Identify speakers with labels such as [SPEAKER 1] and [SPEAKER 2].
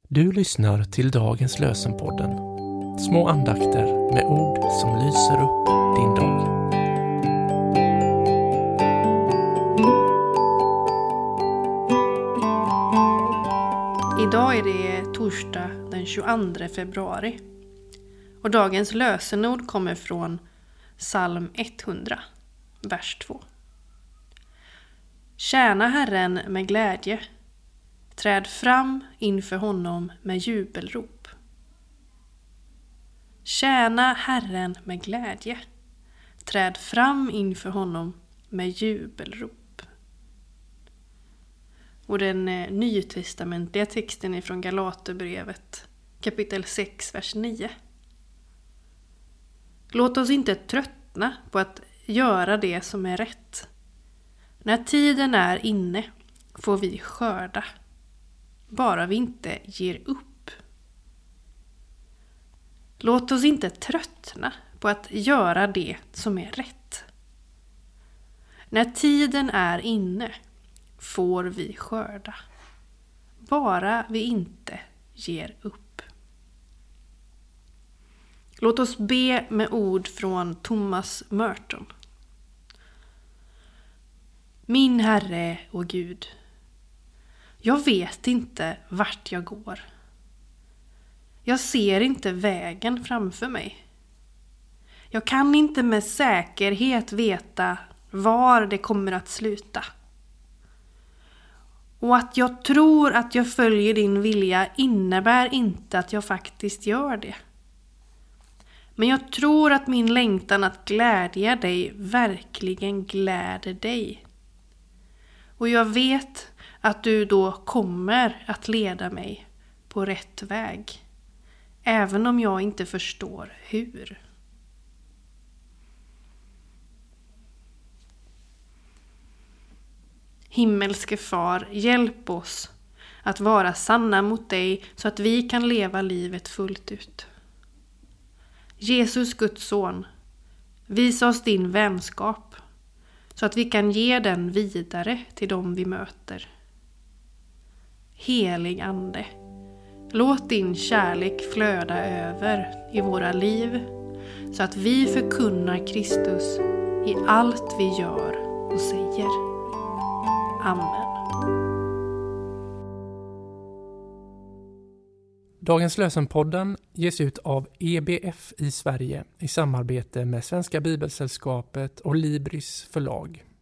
[SPEAKER 1] Du lyssnar till dagens lösenpodden. Små andakter med ord som lyser upp din dag.
[SPEAKER 2] Idag är det torsdag den 22 februari. Och dagens lösenord kommer från psalm 100, vers 2. Tjäna Herren med glädje. Träd fram inför honom med jubelrop. Tjäna Herren med glädje. Träd fram inför honom med jubelrop. Och den nytestamentliga texten är från Galaterbrevet, kapitel 6, vers 9. Låt oss inte tröttna på att göra det som är rätt. När tiden är inne får vi skörda. Bara vi inte ger upp. Låt oss inte tröttna på att göra det som är rätt. När tiden är inne får vi skörda. Bara vi inte ger upp. Låt oss be med ord från Thomas Merton. Min Herre och Gud, jag vet inte vart jag går. Jag ser inte vägen framför mig. Jag kan inte med säkerhet veta var det kommer att sluta. Och att jag tror att jag följer din vilja innebär inte att jag faktiskt gör det. Men jag tror att min längtan att glädja dig verkligen gläder dig. Och jag vet att du då kommer att leda mig på rätt väg. Även om jag inte förstår hur. Himmelske Far, hjälp oss att vara sanna mot dig så att vi kan leva livet fullt ut. Jesus, Guds son, visa oss din vänskap så att vi kan ge den vidare till dem vi möter. Helig Ande, låt din kärlek flöda över i våra liv så att vi förkunnar Kristus i allt vi gör och säger. Amen.
[SPEAKER 1] Dagens lösenpodden ges ut av EBF i Sverige i samarbete med Svenska Bibelsällskapet och Libris förlag.